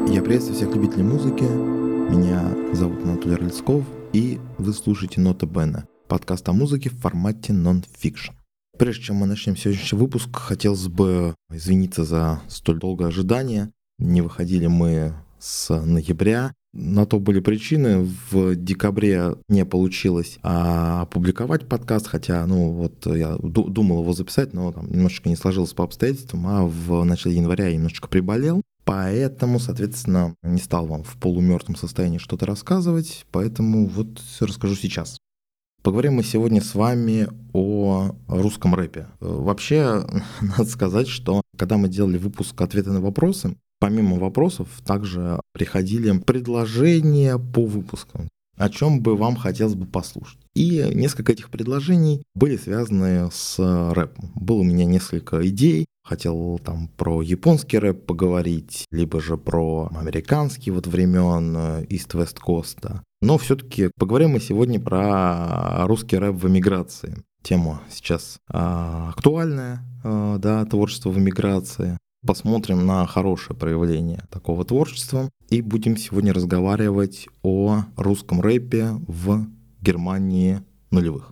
Я приветствую всех любителей музыки. Меня зовут Анатолий Рыльсков, и вы слушаете «Нота Бene», подкаст о музыке в формате нон-фикшн. Прежде чем мы начнем сегодняшний выпуск, хотелось бы извиниться за столь долгое ожидание. Не выходили мы с ноября. На то были причины. В декабре не получилось опубликовать подкаст, хотя, я думал его записать, но там немножечко не сложилось по обстоятельствам, а в начале января я немножечко приболел. Поэтому, соответственно, не стал вам в полумертвом состоянии что-то рассказывать, поэтому вот расскажу сейчас. Поговорим мы сегодня с вами о русском рэпе. Вообще, надо сказать, что когда мы делали выпуск «Ответы на вопросы», помимо вопросов также приходили предложения по выпускам, о чем бы вам хотелось бы послушать. И несколько этих предложений были связаны с рэпом. Было у меня несколько идей. Хотел там про японский рэп поговорить, либо же про американский времен East-West Coast. Но все-таки поговорим мы сегодня про русский рэп в эмиграции. Тема сейчас актуальная, творчество в эмиграции. Посмотрим на хорошее проявление такого творчества. И будем сегодня разговаривать о русском рэпе в Германии нулевых.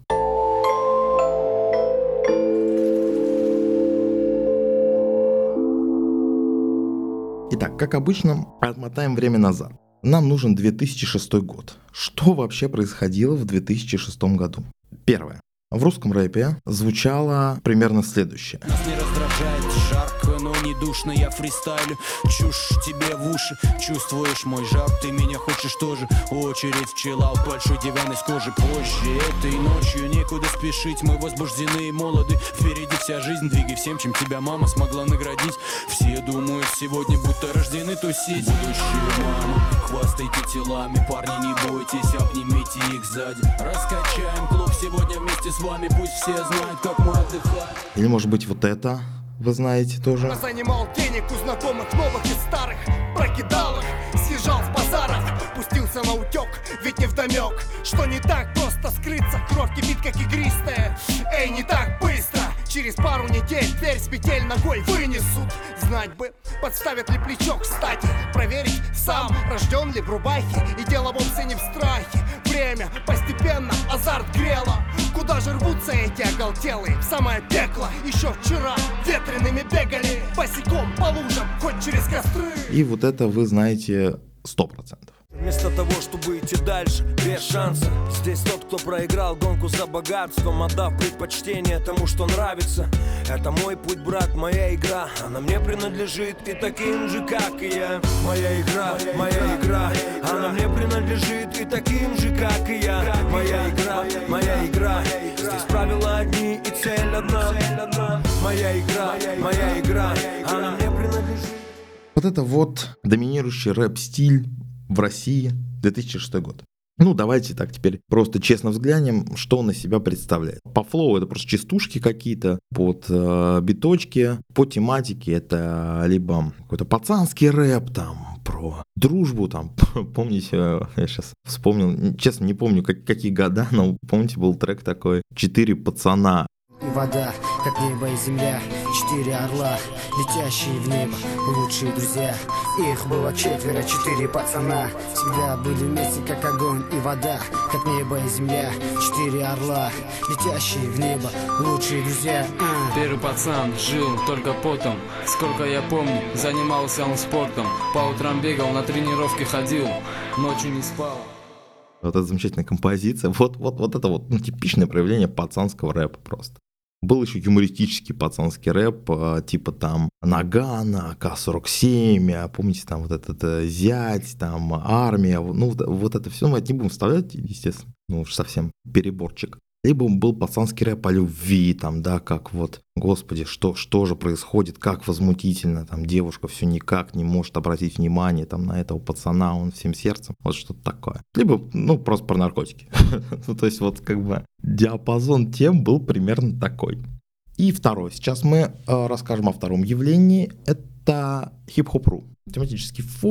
Итак, как обычно, отмотаем время назад. Нам нужен 2006 год. Что вообще происходило в 2006 году? Первое. В русском рэпе звучало примерно следующее. Нас не раздражает жарко, но не душно, я фристайлю. Чушь тебе в уши, чувствуешь мой жар. Ты меня хочешь тоже, очередь в чиллаут. Большой диван из кожи позже. Этой ночью некуда спешить, мы возбуждены и молоды. Впереди вся жизнь, двигай всем, чем тебя мама смогла наградить. Все думают сегодня, будто рождены тусить. Будущую маму, хвастайте телами. Парни, не бойтесь, обнимите их сзади. Раскачаем клуб сегодня вместе с вами, пусть все знают, как мы отдыхаем. Или может быть вот это вы знаете тоже. Я занимал денег у знакомых, новых и старых, прокидал их, съезжал в базарах, пустился на утек, ведь не вдомек, что не так просто скрыться, кровь кипит как игристая. Эй, не так быстро, через пару недель дверь с петель ногой вынесут. Знать бы, подставят ли плечо, кстати, проверить сам, рожден ли в рубахе, и дело вовсе не в страхе. Время постепенно азарт грело. Куда же рвутся эти оголтелые? В самое пекло. Еще вчера ветреными бегали босиком по лужам, хоть через костры. И вот это вы знаете 100%. Вместо того, чтобы идти дальше, без шанса. Здесь тот, кто проиграл гонку за богатством, отдав предпочтение тому, что нравится. Это мой путь, брат, моя игра. Она мне принадлежит и таким же, как и я. Моя игра, моя игра. Она мне принадлежит и таким же, как и я. Моя игра, моя игра. Здесь правила одни и цель одна. Моя игра, моя игра. Она мне принадлежит. Вот это вот доминирующий рэп-стиль в России 2006 год. Давайте так теперь просто честно взглянем, что он из себя представляет. По флоу это просто частушки какие-то, под биточки, по тематике это либо какой-то пацанский рэп, там, про дружбу, там, помните, я сейчас вспомнил, честно не помню, какие года, но помните, был трек такой «4 пацана». И вода, как небо и земля, 4 орла, летящие в небо, лучшие друзья. Их было 4 пацана, всегда были вместе, как огонь и вода, как небо и земля, 4 орла, летящие в небо, лучшие друзья. Первый пацан жил только потом. Сколько я помню, занимался он спортом. По утрам бегал, на тренировки ходил, ночью не спал. Вот эта замечательная композиция, вот это типичное проявление пацанского рэпа просто. Был еще юмористический пацанский рэп, типа там Нагана, К-47, помните, там вот этот зять, там армия, вот это все, мы это не будем вставлять, естественно, уж совсем переборчик. Либо был пацанский рэп о любви, там, да, как вот, господи, что же происходит, как возмутительно, там, девушка все никак не может обратить внимание, там, на этого пацана, он всем сердцем, вот что-то такое. Либо, просто про наркотики. То есть, диапазон тем был примерно такой. И второе, сейчас мы расскажем о втором явлении, это хип-хоп.ру. Тематический форум,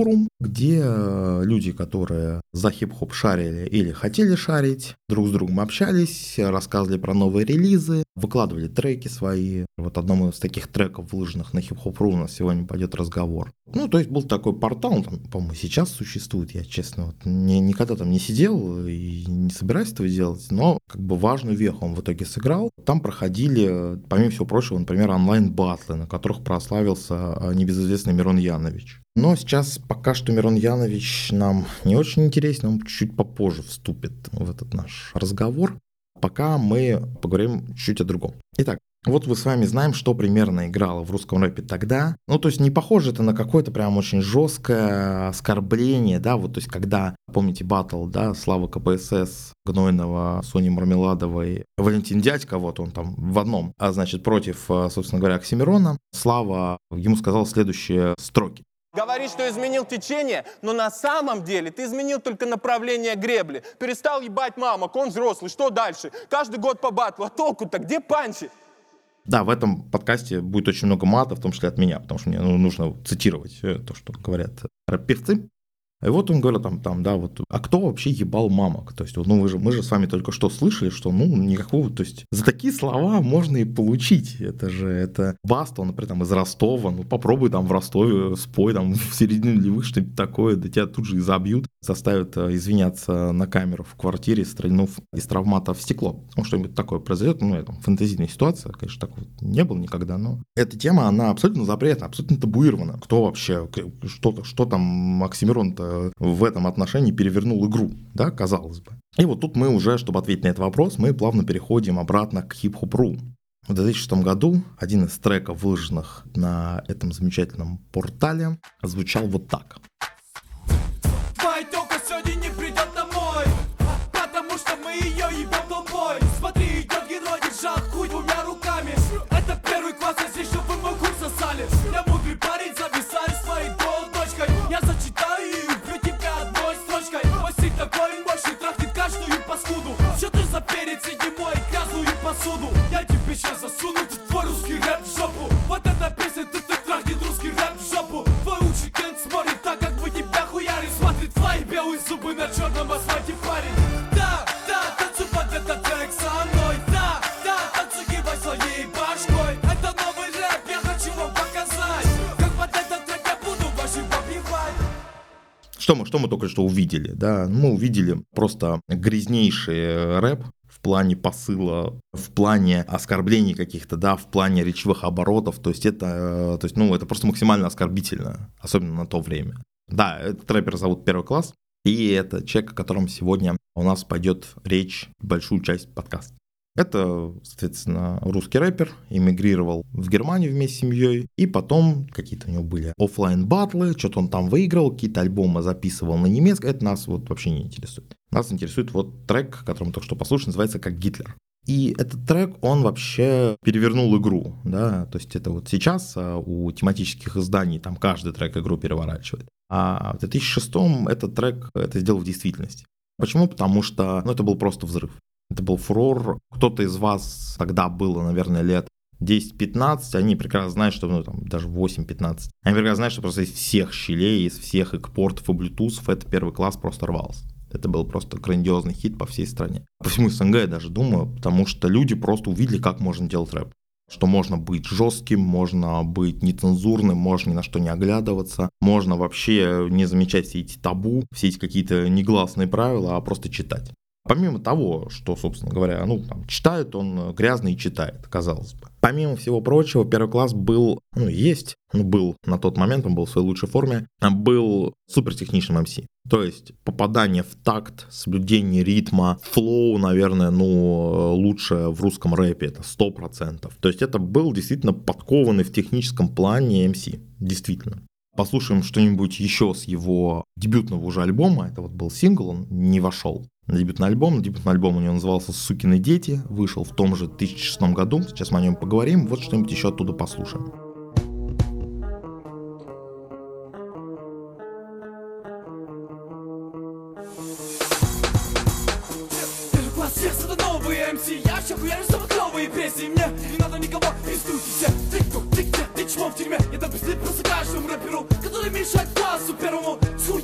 где люди, которые за хип-хоп шарили или хотели шарить, друг с другом общались, рассказывали про новые релизы, выкладывали треки свои. Вот одному из таких треков, выложенных на Hip-Hop.ru, у нас сегодня пойдет разговор. Ну, то есть был такой портал, он там, по-моему, сейчас существует, я честно, вот никогда там не сидел и не собираюсь этого делать, но как бы важную веху он в итоге сыграл. Там проходили, помимо всего прочего, например, онлайн-баттлы, на которых прославился небезызвестный Мирон Янович. Но сейчас пока что Мирон Янович нам не очень интересен, он чуть попозже вступит в этот наш разговор. Пока мы поговорим чуть о другом. Итак, вот мы с вами знаем, что примерно играло в русском рэпе тогда. Ну, то есть не похоже это на какое-то прям очень жесткое оскорбление, да, вот, то есть когда, помните, баттл, да, Слава КПСС, Гнойного, Сони Мармеладовой, Валентин Дядько, вот он там в одном, значит, против, собственно говоря, Оксимирона, Слава ему сказал следующие строки. Говоришь, что изменил течение, но на самом деле ты изменил только направление гребли. Перестал ебать мамок, он взрослый, что дальше? Каждый год по батлу, а толку-то где панчи? Да, в этом подкасте будет очень много мата, в том числе от меня, потому что мне нужно цитировать то, что говорят рэп-певцы. И вот он говорит там, да, вот, а кто вообще ебал мамок? То есть, ну, мы же с вами только что слышали, что, ну, никакого, то есть, за такие слова можно и получить. Это Баста, он, например, там, из Ростова, ну, попробуй там в Ростове спой, там, в середине нулевых что-нибудь такое, да тебя тут же и забьют, заставят извиняться на камеру в квартире, стрельнув из травмата в стекло. Ну, что-нибудь такое произойдет, ну, это фэнтезийная ситуация, конечно, так вот не было никогда, но эта тема, она абсолютно запретна, абсолютно табуирована. Кто вообще, что там Оксимирон-то в этом отношении перевернул игру, да, казалось бы. И вот тут мы уже, чтобы ответить на этот вопрос, мы плавно переходим обратно к Hip-Hop.ru. В 2006 году один из треков, выложенных на этом замечательном портале, звучал вот так. Твоя тёлка сегодня не придет домой, потому что мы ее ебем толпой. Смотри, идет герой, держал хуй двумя руками. Это первый класс, если чтобы мой хуй сосали. Я мудрый парень, зависаю своей дочкой. Я зачитаю и убью тебя одной строчкой. Мой стиль такой мощный, трахнет каждую паскуду. Что ты за перец, иди мой грязную посуду. Я тебе сейчас засуну твой русский рэп в жопу. Вот эта песня, ты трахнет русский рэп в жопу. Твой ученик смотрит так, как мы тебя хуярим. Смотрит твои белые зубы на черном асфальте, парень. Да, танцуй под этот трек со мной. Да, танцуй, гибай своей башкой. Это новый рэп, я хочу вам показать, как под этот трек я буду вашим побивать. Что мы только что увидели, да? Мы увидели просто грязнейший рэп в плане посыла, в плане оскорблений каких-то, да, в плане речевых оборотов, то есть это просто максимально оскорбительно, особенно на то время. Да, этот рэпер зовут Первый класс, и это человек, о котором сегодня у нас пойдет речь большую часть подкаста. Это, соответственно, русский рэпер, эмигрировал в Германию вместе с семьей, и потом какие-то у него были офлайн-баттлы, что-то он там выиграл, какие-то альбомы записывал на немецком, это нас вот вообще не интересует. Нас интересует вот трек, который мы только что послушали, называется «Как Гитлер». И этот трек, он вообще перевернул игру, да, то есть это вот сейчас у тематических изданий там каждый трек игру переворачивает, а в 2006-м этот трек это сделал в действительности. Почему? Потому что, это был просто взрыв. Это был фурор. Кто-то из вас тогда было, наверное, лет 10-15, они прекрасно знают, что, даже 8-15. Они прекрасно знают, что просто из всех щелей, из всех экпортов и блютусов это Первый класс просто рвался. Это был просто грандиозный хит по всей стране. По всему СНГ я даже думаю, потому что люди просто увидели, как можно делать рэп. Что можно быть жестким, можно быть нецензурным, можно ни на что не оглядываться, можно вообще не замечать все эти табу, все эти какие-то негласные правила, а просто читать. Помимо того, что, собственно говоря, читает он грязно и читает, казалось бы. Помимо всего прочего, Первый класс был на тот момент, он был в своей лучшей форме, был супертехничным МС. То есть попадание в такт, соблюдение ритма, флоу, наверное, лучше в русском рэпе, это 100%. То есть это был действительно подкованный в техническом плане МС, действительно. Послушаем что-нибудь еще с его дебютного уже альбома, это вот был сингл, он не вошел на дебютный альбом. Дебютный альбом у него назывался «Сукины дети», вышел в том же 2006 году, сейчас мы о нем поговорим, вот что-нибудь еще оттуда послушаем. Я еще хуярю, чтобы новые песни. Мне не надо никого из все. Ты чмо в тюрьме. Я допустил просто каждому рэперу, который мешает классу первому.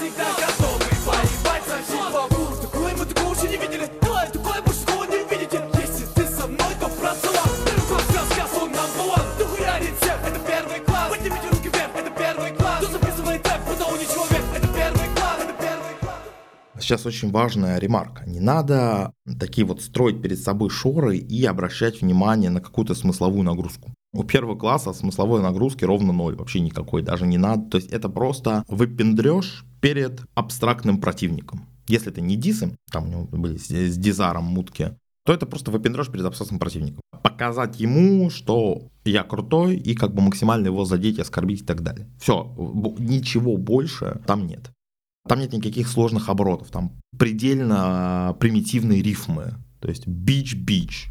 всегда готовы воевать за всех вокруг. Такое мы такого еще не видели, такое больше такого не увидите. Если ты со мной, то процеловал. Первый класс, сейчас он number one. Ты хуярит всех, это первый класс. Поднимите руки вверх, это первый класс. Кто записывает рэп, будто он не человек, это первый класс, это первый класс. Сейчас очень важная ремарка. Не надо такие вот строить перед собой шоры и обращать внимание на какую-то смысловую нагрузку. У первого класса смысловой нагрузки ровно 0, вообще никакой, даже не надо. То есть это просто выпендрёж перед абстрактным противником. Если это не дисы, там у него были с дизаром мутки, то это просто выпендрёж перед абстрактным противником. Показать ему, что я крутой, и как бы максимально его задеть, оскорбить и так далее. Все, ничего больше там нет. Там нет никаких сложных оборотов, там предельно примитивные рифмы. То есть бич,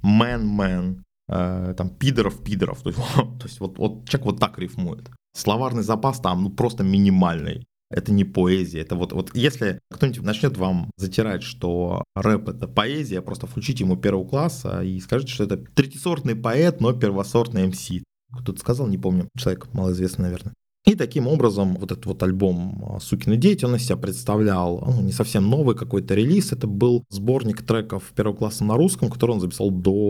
мэн, там пидоров. То есть вот человек вот так рифмует. Словарный запас там просто минимальный. Это не поэзия. Это вот если кто-нибудь начнет вам затирать, что рэп это поэзия, просто включите ему первого класса и скажите, что это третьесортный поэт, но первосортный МС. Кто-то сказал, не помню, человек малоизвестный, наверное. И таким образом вот этот вот альбом «Сукины дети», он из себя представлял, не совсем новый какой-то релиз, это был сборник треков первого класса на русском, который он записал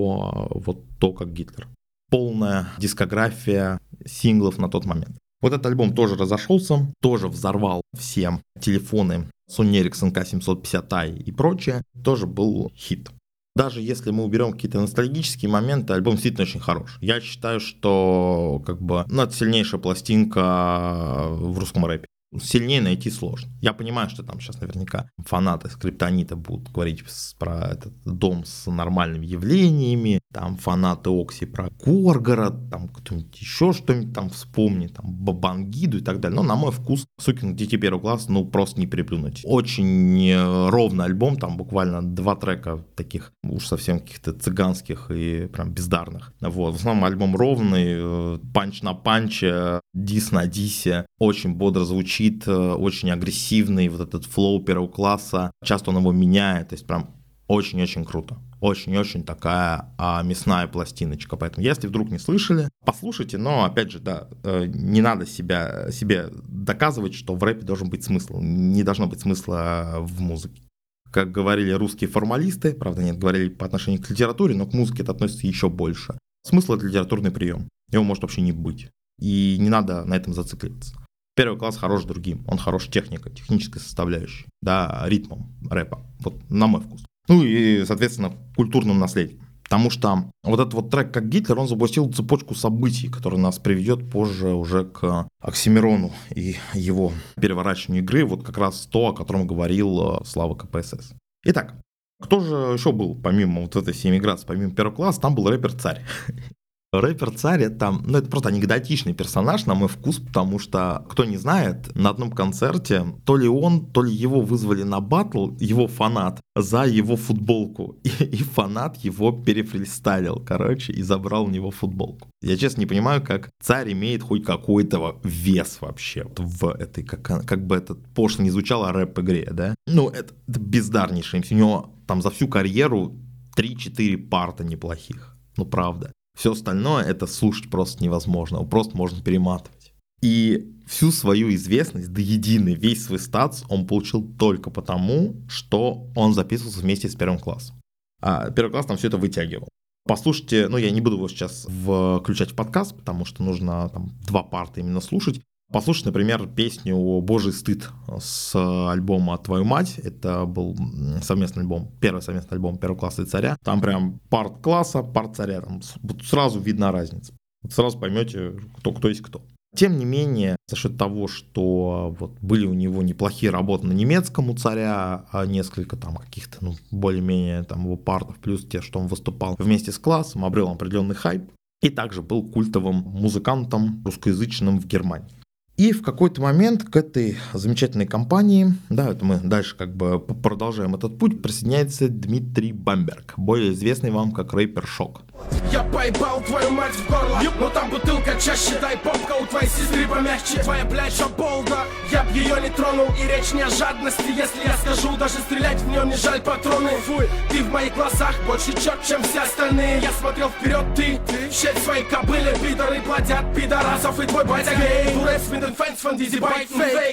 до как Гитлер. Полная дискография синглов на тот момент. Вот этот альбом тоже разошелся, тоже взорвал все телефоны Sony Ericsson K750i и прочее, тоже был хит. Даже если мы уберем какие-то ностальгические моменты, альбом действительно очень хорош. Я считаю, что это сильнейшая пластинка в русском рэпе. Сильнее найти сложно. Я понимаю, что там сейчас наверняка фанаты Скриптонита будут говорить про этот дом с нормальными явлениями, там фанаты Окси про Горгород, там кто-нибудь еще что-нибудь там вспомнит, там Бабангиду и так далее. Но на мой вкус «Сукины дети» первого класса просто не переплюнуть. Очень ровный альбом, там буквально 2 трека таких уж совсем каких-то цыганских и прям бездарных. В основном альбом ровный, панч на панче, дис на дисе, очень бодро звучит, очень агрессивный, вот этот флоу первого класса, часто он его меняет, то есть прям очень-очень круто. Очень-очень такая мясная пластиночка. Поэтому, если вдруг не слышали, послушайте, но, опять же, не надо себе доказывать, что в рэпе должен быть смысл. Не должно быть смысла в музыке. Как говорили русские формалисты, правда, нет, говорили по отношению к литературе, но к музыке это относится еще больше. Смысл — это литературный прием. Его может вообще не быть. И не надо на этом зацикливаться. Первый класс хорош другим. Он хорош техникой, технической составляющей, ритмом рэпа. На мой вкус. И, соответственно, культурным наследием. Потому что вот этот вот трек «Как Гитлер», он запустил цепочку событий, которая нас приведет позже уже к Оксимирону и его переворачиванию игры. Как раз то, о котором говорил Слава КПСС. Итак, кто же еще был, помимо этой всей миграции, помимо первого класса, там был рэпер Царь. Рэпер Царь это просто анекдотичный персонаж, на мой вкус, потому что, кто не знает, на одном концерте то ли он, то ли его вызвали на баттл, его фанат, за его футболку. И фанат его перефристайлил, и забрал у него футболку. Я честно не понимаю, как Царь имеет хоть какой-то вес вообще в этой, как бы это пошло не звучало, рэп-игре, да? Это бездарнейший. У него там за всю карьеру 3-4 парта неплохих. Правда. Все остальное это слушать просто невозможно, просто можно перематывать. И всю свою известность до единой, весь свой статус он получил только потому, что он записывался вместе с первым классом. А первый класс там все это вытягивал. Послушайте, я не буду его сейчас включать в подкаст, потому что нужно 2 парта именно слушать. Послушать, например, песню «Божий стыд» с альбома «Твою мать». Это был совместный альбом, первый совместный альбом первого класса и Царя. Там прям парт класса, парт Царя. Там сразу видна разница. Сразу поймете, кто есть кто. Тем не менее, за счет того, что были у него неплохие работы на немецком у Царя, а несколько каких-то более-менее его партов, плюс те, что он выступал вместе с классом, обрел определенный хайп. И также был культовым музыкантом русскоязычным в Германии. И в какой-то момент к этой замечательной компании, это мы дальше продолжаем этот путь, присоединяется Дмитрий Бамберг, более известный вам как рэпер Шок. Я поебал твою мать в горло, но там бутылка чаще, дай попка у твоей сестры помягче. Твоя блядь шаболда, я б ее не тронул. И речь не о жадности, если я скажу, даже стрелять в нее не жаль патроны. Фуй, ты в моих глазах больше черт, чем все остальные. Я смотрел вперед, ты в щель своей кобылы. Пидоры плодят пидорасов, и твой батя гей. Du redest mit den Fans von diese Bike Fake.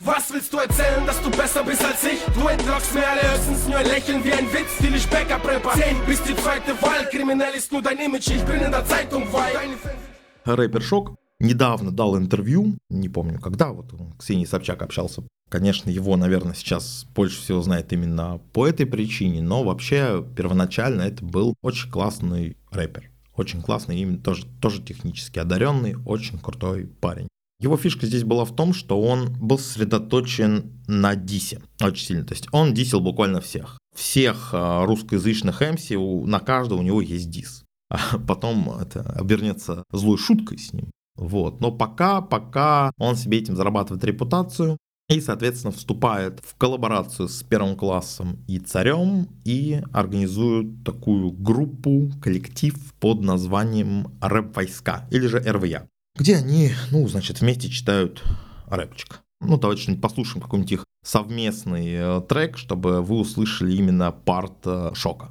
Was willst du erzählen, dass du besser bist als ich? Du entlockst mir alle höchstens nur ein Lächeln wie ein Witz, die ich Backup-Rapper. 10 bis die zweite Wahl, kriminell ist nur dein Image, ich bin in der Zeitung, weil... Рэпер Шок недавно дал интервью, не помню когда, вот он, Ксении Собчак общался. Конечно, его, наверное, сейчас больше всего знает именно по этой причине, но вообще первоначально это был очень классный рэпер. Очень классный, именно тоже технически одаренный, очень крутой парень. Его фишка здесь была в том, что он был сосредоточен на дисе очень сильно. То есть он дисил буквально всех. Всех русскоязычных MC, на каждого у него есть дис. А потом это обернется злой шуткой с ним. Вот. Но пока он себе этим зарабатывает репутацию и, соответственно, вступает в коллаборацию с Первым классом и Царем и организует такую группу, коллектив под названием Рэп-войска или же РВЯ, где они, вместе читают рэпчик. Давайте что-нибудь послушаем, какой-нибудь их совместный трек, чтобы вы услышали именно парт Шока.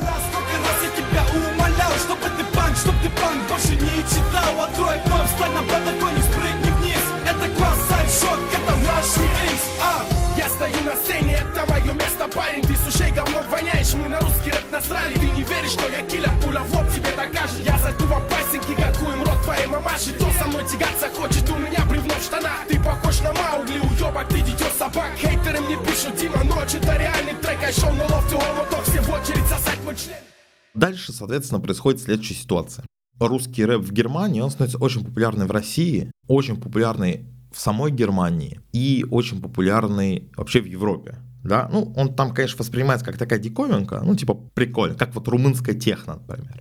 Чтоб ты банк больше не читал, открой дом, встань на подоконник, спрыгни вниз. Это класс, сайт-шок, это наш релиз. Я стою на сцене, это мое место, парень. Ты с ушей говно воняешь, мы на русский рэп насрали. Ты не веришь, что я киллер, пуля в лоб тебе докажет. Я зайду в опасеньки, какую рот твоей мамаши. Кто со мной тягаться хочет, у меня бревно в штанах. Ты похож на Маугли, уебок, ты дитё собак. Хейтеры мне пишут, Дима, ночь, это реальный трек. А шоу на лофте, моток, все в очередь сосать мой член. Дальше, соответственно, происходит следующая ситуация. Русский рэп в Германии, он становится очень популярный в России, очень популярный в самой Германии и очень популярный вообще в Европе. Да? Он там, конечно, воспринимается как такая диковинка, прикольно, как вот румынская техно, например.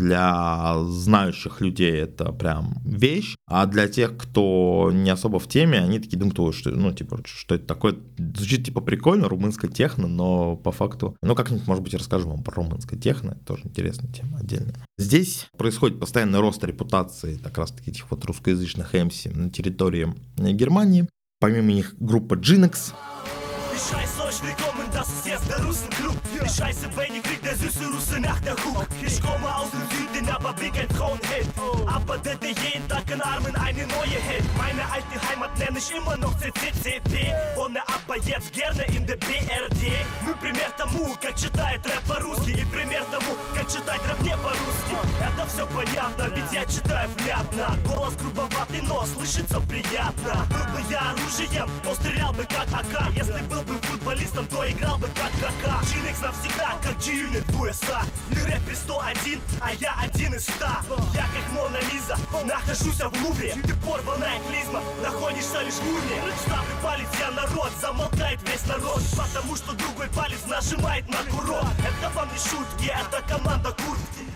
Для знающих людей это прям вещь, а для тех, кто не особо в теме, они такие думают, что это такое. Звучит прикольно, румынская техно, но по факту, как-нибудь, может быть, расскажу вам про румынское техно, это тоже интересная тема отдельная. Здесь происходит постоянный рост репутации как раз таки этих вот русскоязычных MC на территории Германии. Помимо них группа Jinex. Ich heiße euch willkommen, das ist jetzt der Russenclub. Ich heiße Benny, kriegt der süße Russe nach der Hut. Ich komme aus dem Süden, aber bin kein Frauenheld. Aber der jeden Tag in Armen eine neue Held. Meine alte Heimat nenne ich immer noch CCCP. Wohne aber jetzt gerne in der BRD. Мы пример тому, как читает рэп по-русски. И пример тому, как читать рэп не по-русски. Это все понятно, ведь я читаю внятно. Голос грубоватый, но слышится приятно. Был бы я оружием, то стрелял бы как АК. Если был бы футболистом, то играл бы как КК. Jinex навсегда, как G-Unit в USA. Не рэпер 101, а я один из 100. Я как Мона Лиза, нахожусь в Лувре. Ты порванная клизма, находишься лишь в урне. Ставлю палец, я народ, замолкает весь народ. Потому что другой палец нажимает на курок. Это вам не шутки, это команда куртки.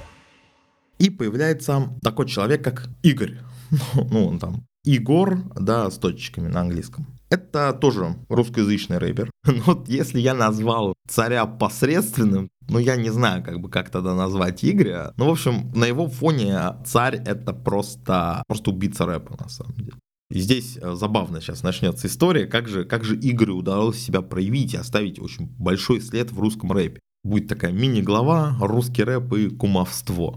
И появляется такой человек, как Игорь. Он там Игор, да, с точечками на английском. Это тоже русскоязычный рэпер. Но если я назвал Царя посредственным, я не знаю, как тогда назвать Игоря. В общем, на его фоне Царь — это просто убийца рэпа, на самом деле. И здесь забавно сейчас начнется история, как же Игорю удалось себя проявить и оставить очень большой след в русском рэпе. Будет такая мини-глава «Русский рэп и кумовство».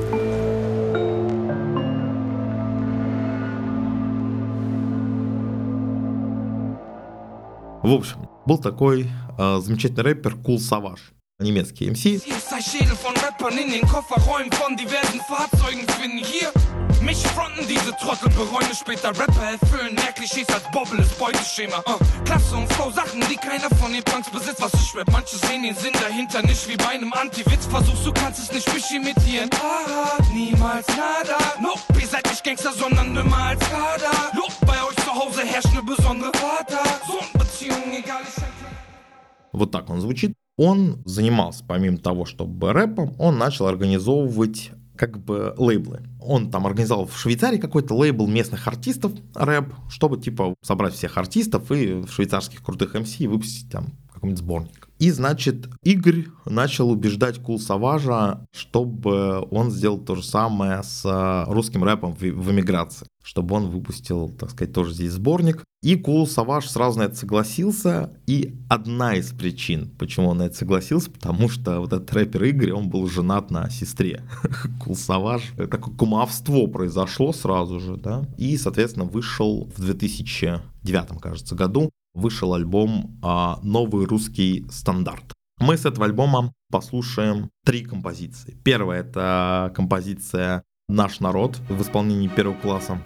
В общем, был такой замечательный рэпер Kool Savas, немецкий MC. Schädel von Rappern in den Kofferräumen von diversen Fahrzeugen finden hier. Mich fronten diese Trottel, bereuen später Rapper erfüllen mehr Klischees als Bobbles Beuteschema. Klasse und Flow, Sachen, die keiner von den Punks besitzt. Was ich rap, manche sehen den Sinn dahinter nicht wie bei einem Anti-Witz. Versuchst, du kannst es nicht mich imitieren. Niemals nada. Nope, ihr seid nicht Gangster, sondern nimmer als Kader. Look, bei euch zu Hause herrscht eine besondere Vater-Sohn-Beziehung, egal ich. Вот так он звучит. Он занимался, помимо того, чтобы рэпом, он начал организовывать лейблы. Он там организовал в Швейцарии какой-то лейбл местных артистов рэп, чтобы собрать всех артистов и швейцарских крутых МС и выпустить там какой-нибудь сборник. И, значит, Игорь начал убеждать Kool Savas, чтобы он сделал то же самое с русским рэпом в эмиграции. Чтобы он выпустил, так сказать, тоже здесь сборник. И Kool Savas сразу на это согласился. И одна из причин, почему он на это согласился, потому что вот этот рэпер Игорь, он был женат на сестре Kool Savas. Такое кумовство произошло сразу же, да. И, соответственно, вышел в 2009, кажется, году вышел альбом «Новый русский стандарт». Мы с этого альбома послушаем 3 композиции. Первая — это композиция «Наш народ» в исполнении Первого класса.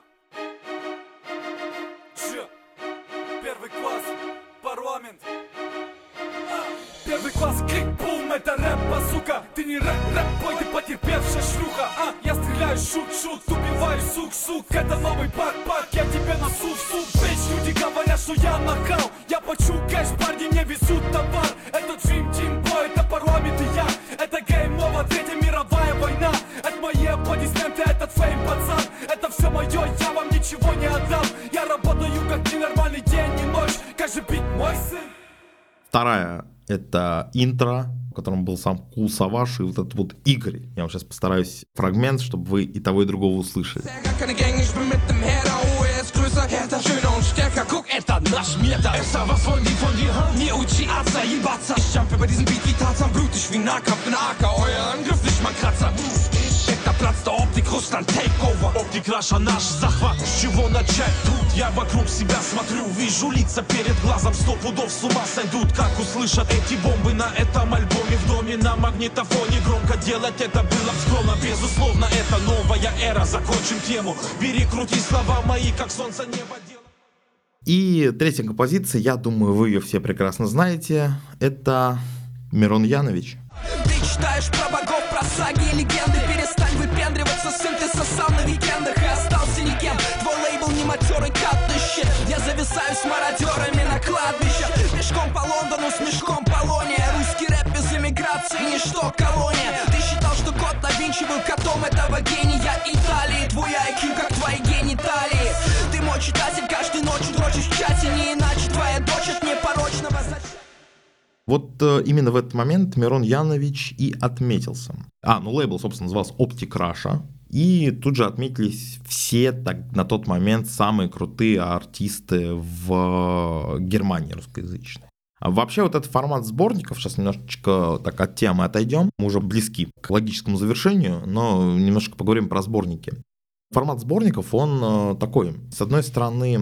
Первый класс, парламент. Первый класс, клик-бум, это рэп-базука. Ты не рэп-бой, ты потерпевшая шлюха. Я стреляю, шут-шут, убиваю, сук-сук. Это новый пак-пак, я тебе носу в суп. Бич, люди говорят, что я нахал. Я плачу кэш, парни не везут товар. Это Джим-Бой, это парламент и я. Это гейм-ово, 3-я мировая война. Это мои аплодисменты, этот фейм, пацан. Это все мое, я вам ничего не отдам. Я работаю как ненормальный день и ночь. Каждый бит мой сын. Вторая — это интро, в котором был сам Кул Саваш и вот этот вот Игорь. Я вам сейчас постараюсь фрагмент, чтобы вы и того, и другого услышали. Это наш метод. Это was von dir haben. Не учи отца ебаться. Ich jump über diesen Beat wie Tarzan. Blutig wie Nahkampf in AK. Euer Angriff nicht mal Kratzer. Это плац, до Оптик, Руслан, Takeover. Оптик Раша, наш захват. С чего начать тут? Я вокруг себя смотрю. Вижу лица перед глазом. 100 пудов с ума сойдут. Как услышат эти бомбы на этом альбоме. В доме на магнитофоне. Громко делать это было скромно. Безусловно, это новая эра. Закончим тему. Бери, крути слова мои, как солнце небо дело. И третья композиция, я думаю, вы ее все прекрасно знаете, это Мирон Янович. Ты читаешь про богов, про саги и легенды. Перестань выпендриваться, сын, ты сосал на викендах и остался никем. Твой лейбл не матерый катыще. Я зависаю с мародерами на кладбище. Пешком по Лондону с мешком полония. Русский рэп без эмиграции, ничто колония. Ты считал, что код да Винчи был котом этого гения Италии. Твой IQ как твои гениталии. Ты мой читатель, каждой ночью дрочишь в чате. Не иначе твоя дочь от непорочного зачатия. Вот именно в этот момент Мирон Янович и отметился. Лейбл, собственно, назывался Оптик Раша. И тут же отметились все на тот момент самые крутые артисты в Германии русскоязычной. Вообще вот этот формат сборников, сейчас немножечко так от темы отойдем, мы уже близки к логическому завершению, но немножко поговорим про сборники. Формат сборников, он такой. С одной стороны,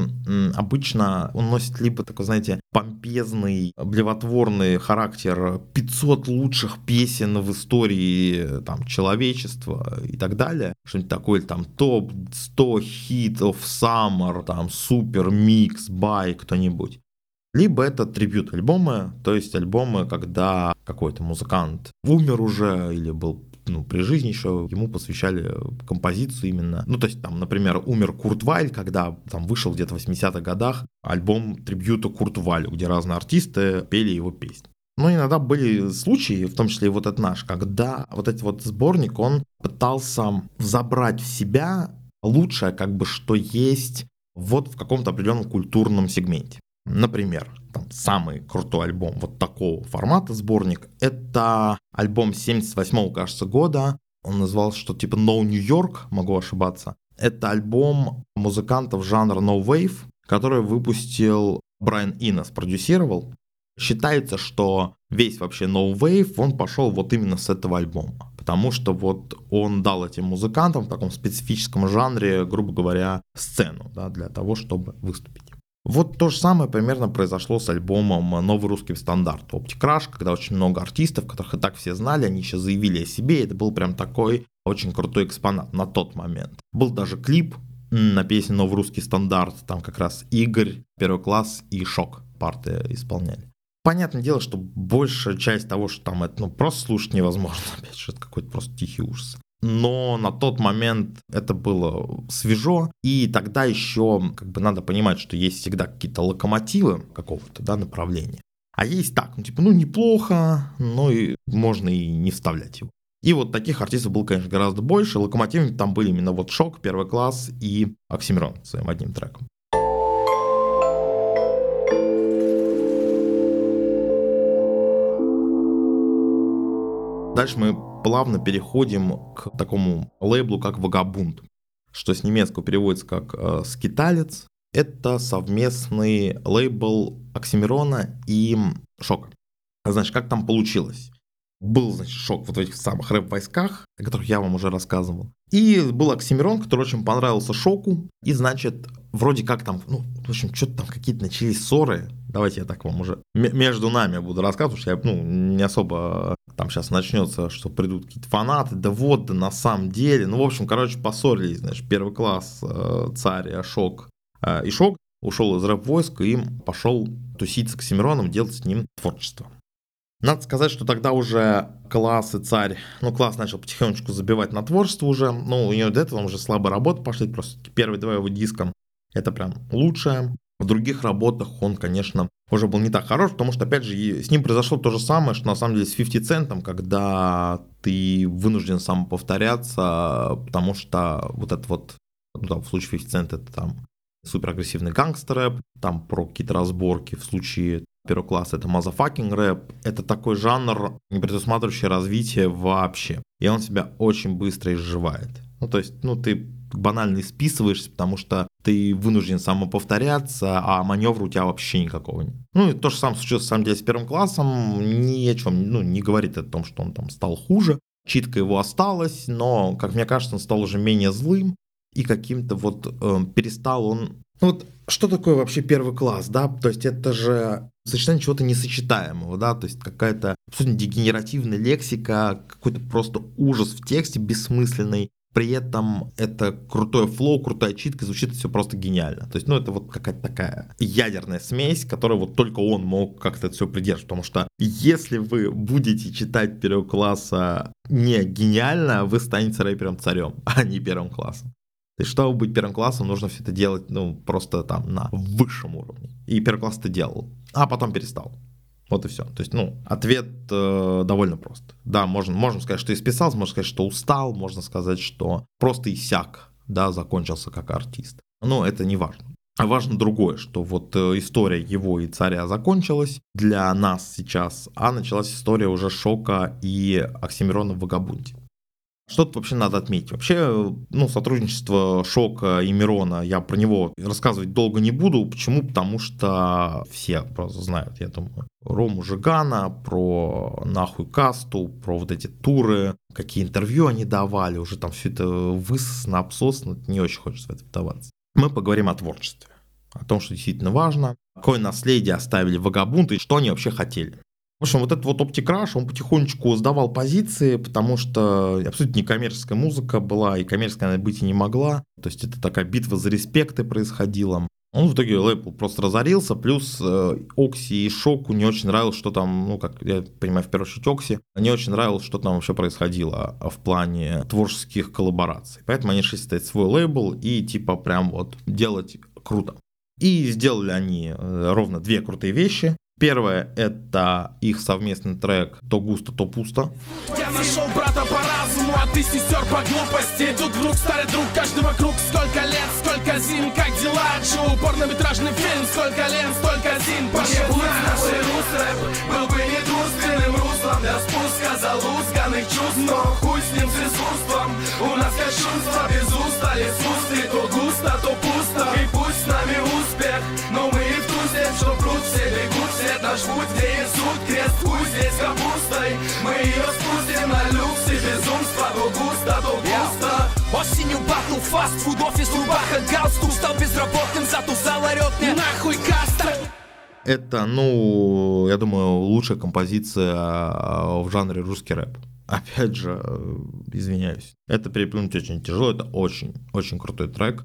обычно он носит либо такой, знаете, помпезный, блевотворный характер 500 лучших песен в истории там, человечества и так далее. Что-нибудь такое, там, топ 100 хитов Summer, там, супер микс, бай, кто-нибудь. Либо это трибьют-альбомы, то есть альбомы, когда какой-то музыкант умер уже или был при жизни еще, ему посвящали композицию именно. То есть там, например, умер Курт Вайль, когда там вышел где-то в 80-х годах альбом трибьюта Курту Вайлю, где разные артисты пели его песни. Но иногда были случаи, в том числе и вот этот наш, когда вот этот вот сборник, он пытался забрать в себя лучшее, что есть вот в каком-то определенном культурном сегменте. Например, там самый крутой альбом вот такого формата сборник — это альбом 78-го, кажется, года. Он назывался что-то типа No New York, могу ошибаться. Это альбом музыкантов жанра No Wave, который выпустил Брайан Иннес, продюсировал. Считается, что весь вообще No Wave, он пошел вот именно с этого альбома. Потому что вот он дал этим музыкантам в таком специфическом жанре, грубо говоря, сцену, да, для того, чтобы выступить. Вот то же самое примерно произошло с альбомом «Новый русский стандарт» Оптик Раш, когда очень много артистов, которых и так все знали, они еще заявили о себе, и это был прям такой очень крутой экспонат на тот момент. Был даже клип на песню «Новый русский стандарт», там как раз Игорь, Первый класс и Шок парты исполняли. Понятное дело, что большая часть того, что там это просто слушать невозможно, опять же, это какой-то просто тихий ужас. Но на тот момент это было свежо, и тогда еще надо понимать, что есть всегда какие-то локомотивы какого-то направления. А есть так, неплохо, но и можно и не вставлять его. И вот таких артистов было, конечно, гораздо больше. Локомотивами там были именно вот Шок, Первый класс и Оксимирон своим одним треком. Дальше мы плавно переходим к такому лейблу, как Вагабунд, что с немецкого переводится как «скиталец». Это совместный лейбл Оксимирона и Шока. Значит, как там получилось? Был, значит, Шок вот в этих самых рэп-войсках, о которых я вам уже рассказывал. И был Оксимирон, который очень понравился Шоку. И, значит, вроде как там, в общем, что-то там какие-то начались ссоры. Давайте я так вам уже между нами буду рассказывать, потому что я, не особо там сейчас начнется, что придут какие-то фанаты, да на самом деле. В общем, поссорились, значит, первый класс, Царь, Шок и Шок ушел из рэп-войска и пошел тусить с Оксимироном, делать с ним творчество. Надо сказать, что тогда уже Класс и Царь, Класс начал потихонечку забивать на творчество уже, у него до этого уже слабые работы пошли, просто первые 2 его диска, это прям лучшее. В других работах он, конечно, уже был не так хорош, потому что, опять же, с ним произошло то же самое, что на самом деле с 50 Центом, когда ты вынужден самоповторяться, потому что вот это вот, в случае 50 Cent это там суперагрессивный гангстер-рэп, там про какие-то разборки, в случае первого класса это motherfucking рэп, это такой жанр, не предусматривающий развитие вообще, и он себя очень быстро изживает. То есть, ты банально списываешься, потому что ты вынужден самоповторяться, а маневра у тебя вообще никакого нет. И то же самое случилось, на самом деле, с первым классом, ни о чем, не говорит о том, что он там стал хуже, читка его осталась, но, как мне кажется, он стал уже менее злым, и каким-то перестал он... что такое вообще первый класс, да? То есть это же сочетание чего-то несочетаемого, да? То есть какая-то абсолютно дегенеративная лексика, какой-то просто ужас в тексте бессмысленный. При этом это крутое флоу, крутая читка, звучит все просто гениально. То есть, это какая-то такая ядерная смесь, которую только он мог как-то это все придерживать. Потому что если вы будете читать первого класса не гениально, вы станете рэпером-царем, а не первым классом. То есть, чтобы быть первым классом, нужно все это делать, просто там на высшем уровне. И первый класс это делал, а потом перестал. Вот и все. То есть, ответ довольно прост. Да, можно сказать, что исписался, можно сказать, что устал, можно сказать, что просто иссяк, да, закончился как артист. Но это не важно. А важно другое, что история его и Царя закончилась для нас сейчас, а началась история уже Шока и Оксимирона в «Вагабунде». Что тут вообще надо отметить? Вообще, сотрудничество Шока и Мирона, я про него рассказывать долго не буду. Почему? Потому что все просто знают, я думаю, Рому Жигана, про нахуй касту, про вот эти туры, какие интервью они давали, уже там все это высосано, обсосано, не очень хочется в это вдаваться. Мы поговорим о творчестве, о том, что действительно важно, какое наследие оставили Вагабунды и что они вообще хотели. В общем, этот Optic Rush, он потихонечку сдавал позиции, потому что абсолютно некоммерческая музыка была, и коммерческая она быть и не могла. То есть это такая битва за респекты происходила. Он в итоге лейбл просто разорился, плюс Окси и Шоку не очень нравилось, что там, как я понимаю, в первую очередь Окси, не очень нравилось, что там вообще происходило в плане творческих коллабораций. Поэтому они решили создать свой лейбл и прям делать круто. И сделали они ровно 2 крутые вещи. Первое — это их совместный трек «То густо, то пусто». Я нашел брата по разуму, а ты сестер по глупости. Тут вдруг старый друг, каждый вокруг. Сколько лет, сколько зим, как дела? Джо, порнометражный фильм, сколько лет, столько зим. Пошел наши рус-рэп, был бы недурственным руслом для спуска залузганных чувств. Но хуй с ним, с искусством, у нас кощунство без устали с усты. То густо, то пусто, и пусть с нами успех, но мы и в ту землю, что пруд все бегут. Наш путь, где несут крест, хуй здесь капустой. Мы ее спустим на люксе безумства. То густо, то пусто. Осенью батл, фастфуд, офис, рубаха, галстук. Стал безработным, затусал, орет мне нахуй каста. Это, я думаю, лучшая композиция в жанре русский рэп. Опять же, извиняюсь. Это переплюнуть очень тяжело, это очень крутой трек.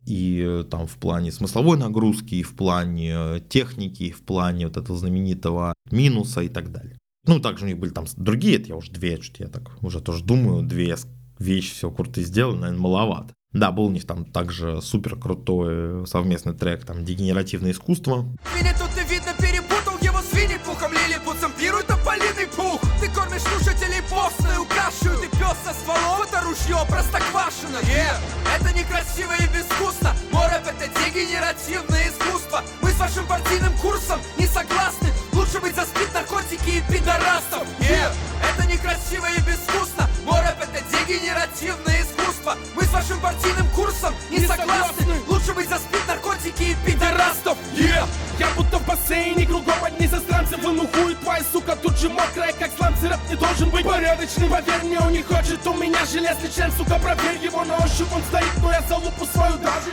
И там в плане смысловой нагрузки, и в плане техники, и в плане этого знаменитого минуса и так далее. Также у них были там другие, это я уже 2, что-то я так уже тоже думаю, 2 вещи все круто сделали, наверное, маловато. Да, был у них там также супер крутой совместный трек, там «Дегенеративное искусство». Меня тут не видно, перепутал его с Винни-Пухом, лилипут зомбирует тополиный пух. Ты кормишь слушателей постную кашу, ты пес со стволом, это ружье простоквашино. Это некрасиво и безвкусно, мой рэп это дегенеративное искусство. Мы с вашим партийным курсом не согласны, лучше быть за спид, наркотики и пидорастов. Это некрасиво и безвкусно, мой рэп это дегенеративное искусство. государства. Мы с вашим партийным курсом не согласны. Лучше быть за спит, наркотики и пидорастов. Я будто в бассейне, кругом одни застранцы. Вынухует твоя сука, тут же мокрая, как сланцы. Рэп не должен быть порядочным, поверь мне, он не хочет. У меня железный член, сука, проверь его на ощупь. Он стоит, но я залупу свою даже.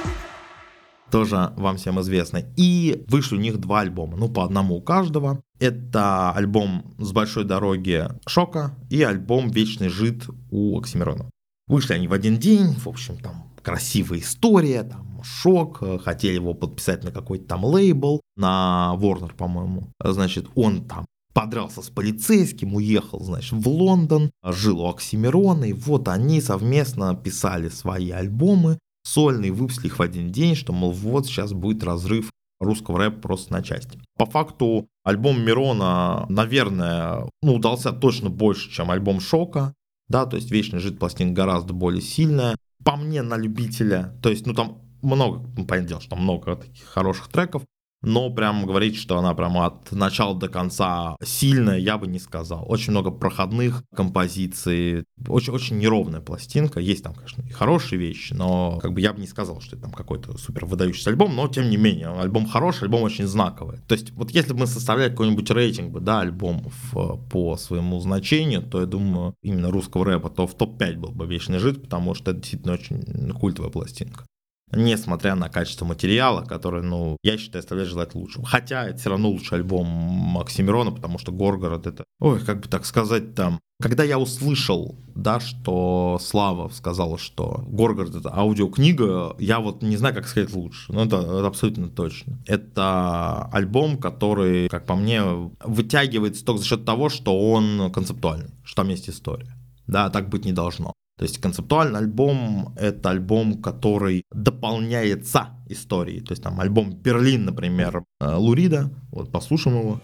Тоже вам всем известно. И вышли у них 2 альбома, ну по одному у каждого. Это альбом «С большой дороги» Шока и альбом «Вечный жид» у Оксимирона. Вышли они в один день, в общем, там красивая история, там Шок, хотели его подписать на какой-то там лейбл, на Warner, по-моему. Значит, он там подрался с полицейским, уехал, значит, в Лондон, жил у Оксимирона, и вот они совместно писали свои альбомы. Сольные, выпустили их в один день, что, мол, вот сейчас будет разрыв русского рэпа просто на части. По факту альбом Мирона, наверное, удался точно больше, чем альбом Шока, да, то есть «Вечный жид» пластинка гораздо более сильная. По мне, на любителя, то есть, там много, понятное дело, что там много таких хороших треков, но прям говорить, что она прям от начала до конца сильная, я бы не сказал. Очень много проходных композиций, очень неровная пластинка. Есть там, конечно, и хорошие вещи, но как бы я бы не сказал, что это там какой-то супер выдающийся альбом, но тем не менее, альбом хороший, альбом очень знаковый. То есть вот если бы мы составляли какой-нибудь рейтинг, да, альбомов по своему значению, то я думаю, именно русского рэпа, то в топ-5 был бы «Вечный жид», потому что это действительно очень культовая пластинка. Несмотря на качество материала, который, я считаю, оставляет желать лучшего. Хотя это все равно лучший альбом Оксимирона, потому что «Горгород» это... как бы так сказать, там... Когда я услышал, да, что Слава сказала, что «Горгород» — это аудиокнига, я вот не знаю, как сказать лучше. Но это абсолютно точно. Это альбом, который, как по мне, вытягивается только за счет того, что он концептуальный, что там есть история. Да, так быть не должно. То есть концептуальный альбом — это альбом, который дополняется историей. То есть там альбом «Берлин», например, Лу Рида. Вот послушаем его.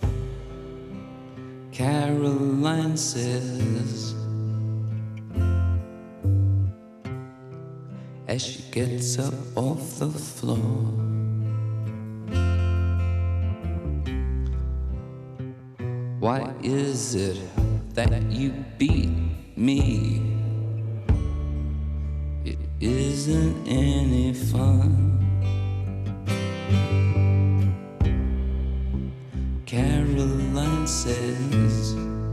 Caroline says, as she gets up off the floor, why is it that you beat me? It isn't any fun. Caroline says.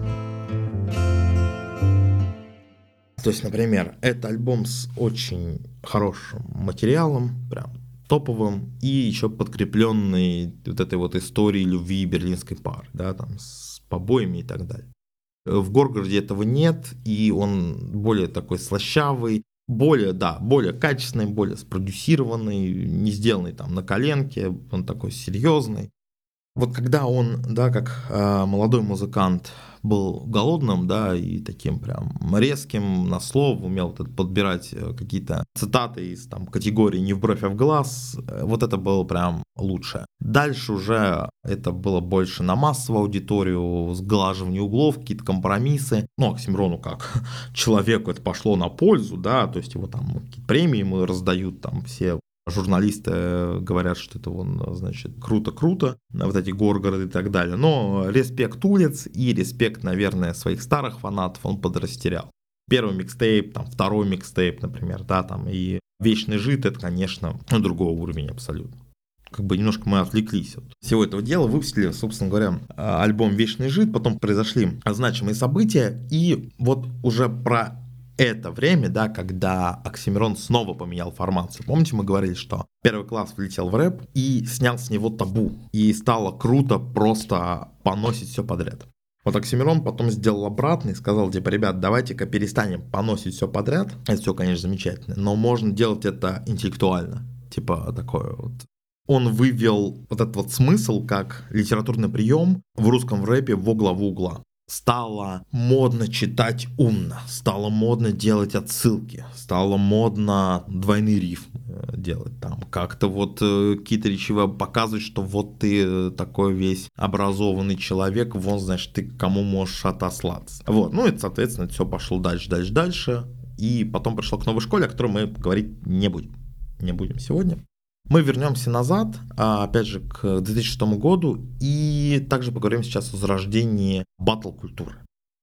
То есть, например, это альбом с очень хорошим материалом, прям топовым, и еще подкрепленный вот этой вот историей любви берлинской пары, да, там с побоями и так далее. В «Горгороде» этого нет, и он более такой слащавый, более качественный, более спродюсированный, не сделанный там на коленке, он такой серьезный. Вот когда он, да, как молодой музыкант был голодным, да, и таким прям резким на слово, умел подбирать какие-то цитаты из там категории «не в бровь, а в глаз», вот это было прям лучше. Дальше уже это было больше на массовую аудиторию, сглаживание углов, какие-то компромиссы. Оксимирону как человеку это пошло на пользу, да, то есть его там премии ему раздают, там все журналисты говорят, что это значит, круто, вот эти «Горгороды» и так далее. Но респект улиц и респект, наверное, своих старых фанатов он подрастерял. Первый микстейп, там, второй микстейп, например, да, там, и «Вечный жид» — это, конечно, другой уровень абсолютно. Как бы немножко мы отвлеклись от всего этого дела, выпустили, собственно говоря, альбом «Вечный жид», потом произошли значимые события, и вот уже про это время, да, когда Оксимирон снова поменял формацию. Помните, мы говорили, что первый класс влетел в рэп и снял с него табу. И стало круто просто поносить все подряд. Вот Оксимирон потом сделал обратно и сказал, типа, ребят, давайте-ка перестанем поносить все подряд. Это все, конечно, замечательно, но можно делать это интеллектуально. Типа такое вот. Он вывел вот этот вот смысл как литературный прием в русском рэпе во главу угла. Стало модно читать умно, стало модно делать отсылки, стало модно двойные рифмы делать там, как-то вот какие-то речевые показывать, что вот ты такой весь образованный человек, вон, значит, ты к кому можешь отослаться. Вот, и, соответственно, все пошло дальше, и потом пришло к новой школе, о которой мы говорить не будем сегодня. Мы вернемся назад, опять же, к 2006 году, и также поговорим сейчас о зарождении батл-культуры.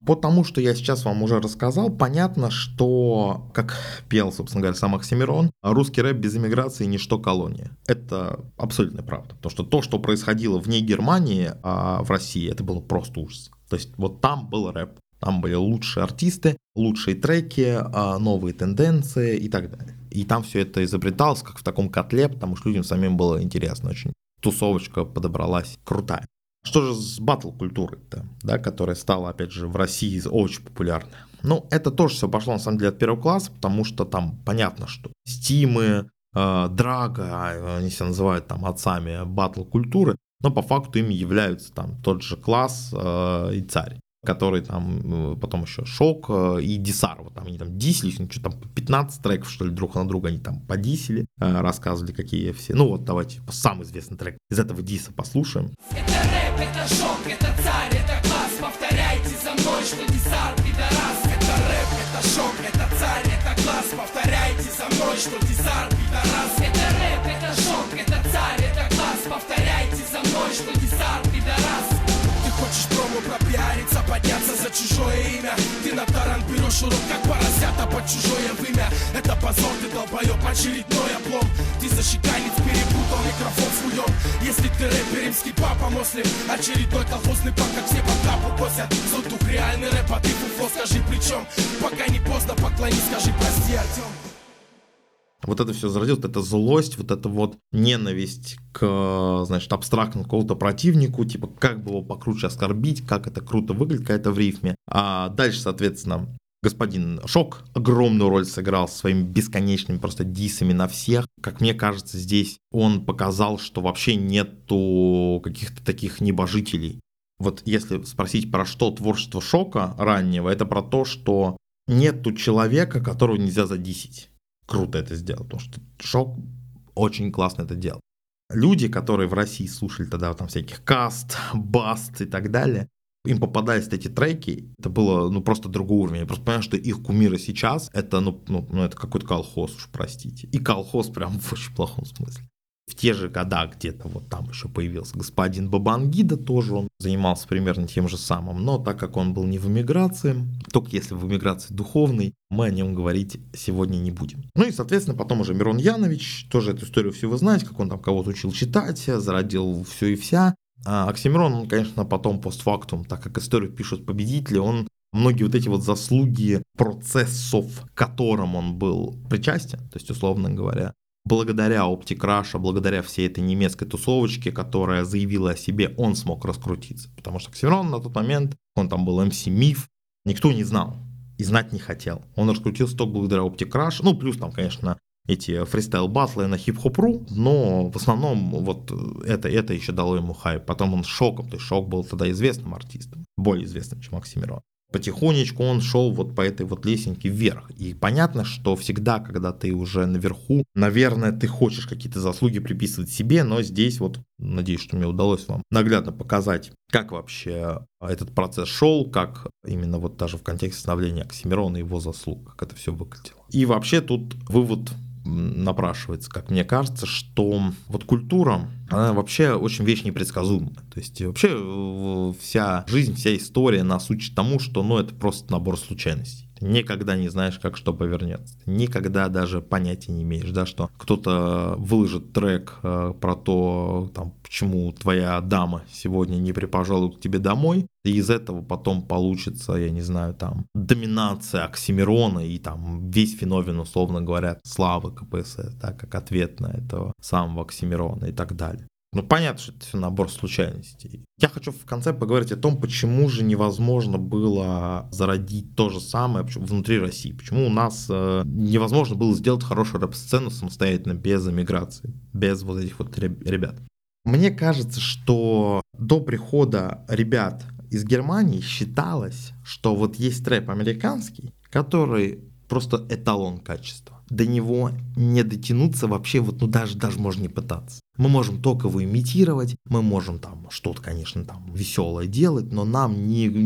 Потому что я сейчас вам уже рассказал, понятно, что, как пел, собственно говоря, сам Оксимирон, русский рэп без иммиграции ничто колония. Это абсолютная правда. Потому что то, что происходило вне Германии, а в России, это было просто ужас. То есть вот там был рэп, там были лучшие артисты, лучшие треки, новые тенденции и так далее. И там все это изобреталось как в таком котле, потому что людям самим было интересно очень. Тусовочка подобралась крутая. Что же с батл-культурой-то, да, которая стала, опять же, в России очень популярной? Ну, это тоже все пошло, на самом деле, от первого класса, потому что там понятно, что Стимы, Драга, они себя называют там отцами батл-культуры, но по факту ими являются там тот же Класс и Царь, который там потом еще Шок и Дисар, вот там они там дисились, ну что там 15 треков, что ли, друг на друга они там подисили, рассказывали, какие все. Ну вот давайте самый известный трек из этого диса послушаем. Это рэп, это Шок, это Царь, это Класс, повторяйте за мной, что Дисар, пидорас. Это рэп, это Шок, это Царь, это Класс, повторяйте за мной, что Дисар, пидорас. Это рэп, это Шок, это Царь, это Класс, повторяйте за мной, что Дисар, пидорас. Хочешь промо пропиариться, подняться за чужое имя? Ты на таран берешь урок, как поросята под чужое вымя. Это позор, ты долбоёб, очередной облом. Ты зашиканец, перепутал микрофон с хуём. Если ты рэпер, римский папа, муслим, очередной колхозный пак, как все под капу косят. Зутух реальный рэп, а ты фуфло, скажи при чём? Пока не поздно, поклонись, скажи прости, Артём. Вот это все зародилось, вот эта злость, вот эта вот ненависть к, значит, абстрактному какому-то противнику, типа, как бы его покруче оскорбить, как это круто выглядит, какая-то в рифме. А дальше, соответственно, господин Шок огромную роль сыграл своими бесконечными просто дисами на всех. Как мне кажется, здесь он показал, что вообще нету каких-то таких небожителей. Вот если спросить, про что творчество Шока раннего, это про то, что нету человека, которого нельзя задисить. Круто это сделал, потому что Шок очень классно это делал. Люди, которые в России слушали тогда там всяких Каст, Баст и так далее, им попадались эти треки, это было просто другой уровень. Я просто понимаю, что их кумиры сейчас это, это какой-то колхоз, уж простите. И колхоз прям в очень плохом смысле. В те же года где-то вот там еще появился господин Бабангида, тоже он занимался примерно тем же самым, но так как он был не в эмиграции, только если в эмиграции духовной, мы о нем говорить сегодня не будем. Ну и, соответственно, потом уже Мирон Янович, тоже эту историю все вы знаете, как он там кого-то учил читать, зародил все и вся. А Оксимирон, он, конечно, потом постфактум, так как историю пишут победители, он многие вот эти вот заслуги процессов, к которым он был причастен, то есть, условно говоря, благодаря Оптикраша, благодаря всей этой немецкой тусовочке, которая заявила о себе, он смог раскрутиться. Потому что Оксимирон на тот момент, он там был MC Миф, никто не знал и знать не хотел. Он раскрутился только благодаря Оптикрашу, плюс там, конечно, эти фристайл-баттлы на хип-хоп.ру, но в основном вот это еще дало ему хайп. Потом он с Шоком, то есть Шок был тогда известным артистом, более известным, чем Оксимирон. Потихонечку он шел вот по этой вот лесенке вверх. И понятно, что всегда, когда ты уже наверху, наверное, ты хочешь какие-то заслуги приписывать себе, но здесь вот, надеюсь, что мне удалось вам наглядно показать, как вообще этот процесс шел, как именно вот даже в контексте становления Оксимирона и его заслуг, как это все выглядело. И вообще тут вывод напрашивается, как мне кажется, что вот культура, она вообще очень вещь непредсказуемая. То есть вообще вся жизнь, вся история нас учит тому, что это просто набор случайностей. Ты никогда не знаешь, как что повернется. Ты никогда даже понятия не имеешь, да, что кто-то выложит трек про то, там, почему твоя дама сегодня не припожалует к тебе домой, и из этого потом получится, я не знаю, там, доминация Оксимирона и там весь феномен, условно говоря, славы КПСС, да, как ответ на этого самого Оксимирона и так далее. Понятно, что это все набор случайностей. Я хочу в конце поговорить о том, почему же невозможно было зародить то же самое внутри России. Почему у нас невозможно было сделать хорошую рэп-сцену самостоятельно, без эмиграции, без вот этих вот ребят. Мне кажется, что до прихода ребят из Германии считалось, что вот есть рэп американский, который просто эталон качества. До него не дотянуться вообще, даже можно не пытаться. Мы можем только его имитировать, мы можем там что-то, конечно, там веселое делать, но нам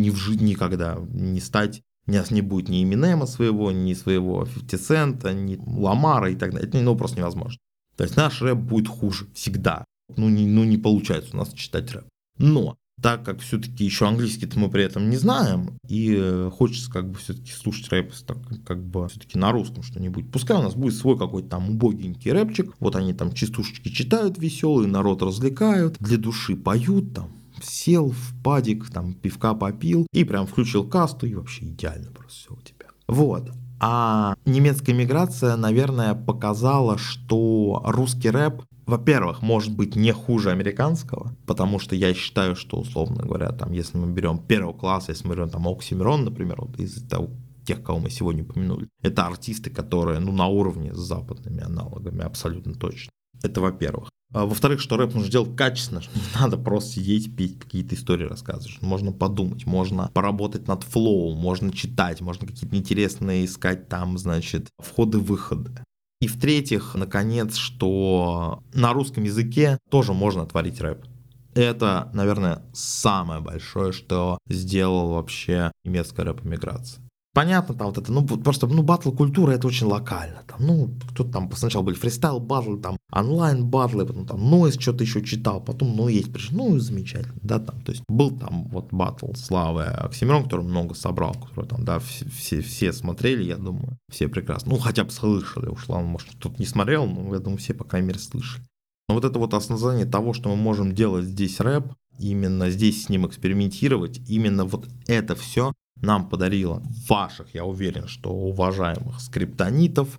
никогда не стать, у нас не будет ни Эминема своего, ни своего 50 Цента, ни Ламара и так далее. Это просто невозможно. То есть наш рэп будет хуже всегда. Не получается у нас читать рэп. Но Так как все-таки еще английский-то мы при этом не знаем, и хочется как бы все-таки слушать рэп как бы все-таки на русском что-нибудь. Пускай у нас будет свой какой-то там убогенький рэпчик, вот они там частушечки читают веселые, народ развлекают, для души поют там, сел в падик, там пивка попил, и прям включил касту, и вообще идеально просто все у тебя. Вот. А немецкая миграция, наверное, показала, что русский рэп, во-первых, может быть не хуже американского, потому что я считаю, что, условно говоря, там, если мы берем первого класса, если мы берем там Оксимирон, например, вот из тех, кого мы сегодня упомянули, это артисты, которые, на уровне с западными аналогами, абсолютно точно. Это во-первых. А во-вторых, что рэп нужно делать качественно, что не надо просто сидеть, петь, какие-то истории рассказывать. Можно подумать, можно поработать над флоу, можно читать, можно какие-то интересные искать там, значит, входы-выходы. И в-третьих, наконец, что на русском языке тоже можно творить рэп. Это, наверное, самое большое, что сделал вообще немецкая рэп-эмиграция. Понятно, там вот это, просто, батл-культура, это очень локально. Там, кто-то там сначала были фристайл-батлы, там, онлайн-батлы, потом там Нойз что-то еще читал, потом, есть пришли, замечательно, да, там, то есть был там вот батл Славы Оксимирон, который много собрал, который там, да, все смотрели, я думаю, все прекрасно, хотя бы слышали, ушла, может, кто-то не смотрел, но, я думаю, все, по крайней мере, слышали. Но вот это вот осознание того, что мы можем делать здесь рэп, именно здесь с ним экспериментировать, именно вот это все нам подарило ваших, я уверен, что уважаемых скриптонитов,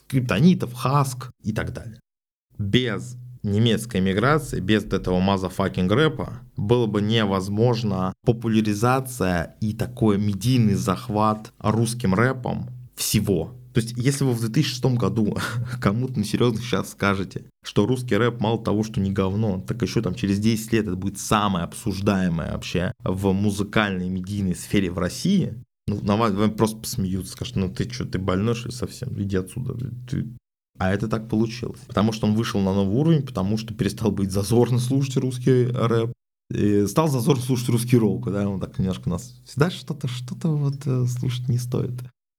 хаск и так далее. Без немецкой миграции, без этого motherfucking рэпа было бы невозможно популяризация и такой медийный захват русским рэпом всего. То есть, если вы в 2006 году кому-то серьезно сейчас скажете, что русский рэп мало того, что не говно, так еще там через 10 лет это будет самое обсуждаемое вообще в музыкальной медийной сфере в России, на вас просто посмеются, скажут, ты что, ты больной, что ли, совсем? Иди отсюда. А это так получилось. Потому что он вышел на новый уровень, потому что перестал быть зазорно слушать русский рэп, и стал зазорно слушать русский рок, да, он так немножко нас всегда что-то вот слушать не стоит.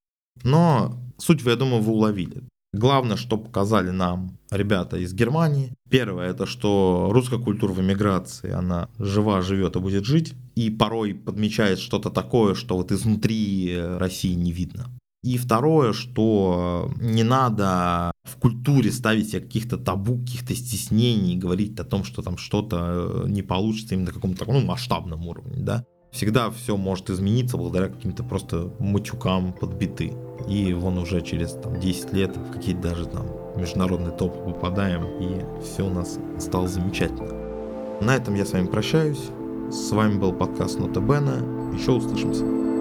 Но суть, я думаю, вы уловили. Главное, что показали нам ребята из Германии. Первое, это что русская культура в эмиграции, она жива, живет и будет жить. И порой подмечает что-то такое, что вот изнутри России не видно. И второе, что не надо в культуре ставить себе каких-то табу, каких-то стеснений, говорить о том, что там что-то не получится именно на каком-то таком масштабном уровне, да. Всегда все может измениться благодаря каким-то просто матюкам под биты. И вон уже через 10 лет в какие-то даже там международные топы попадаем, и все у нас стало замечательно. На этом я с вами прощаюсь. С вами был подкаст Нота Бена. Еще услышимся.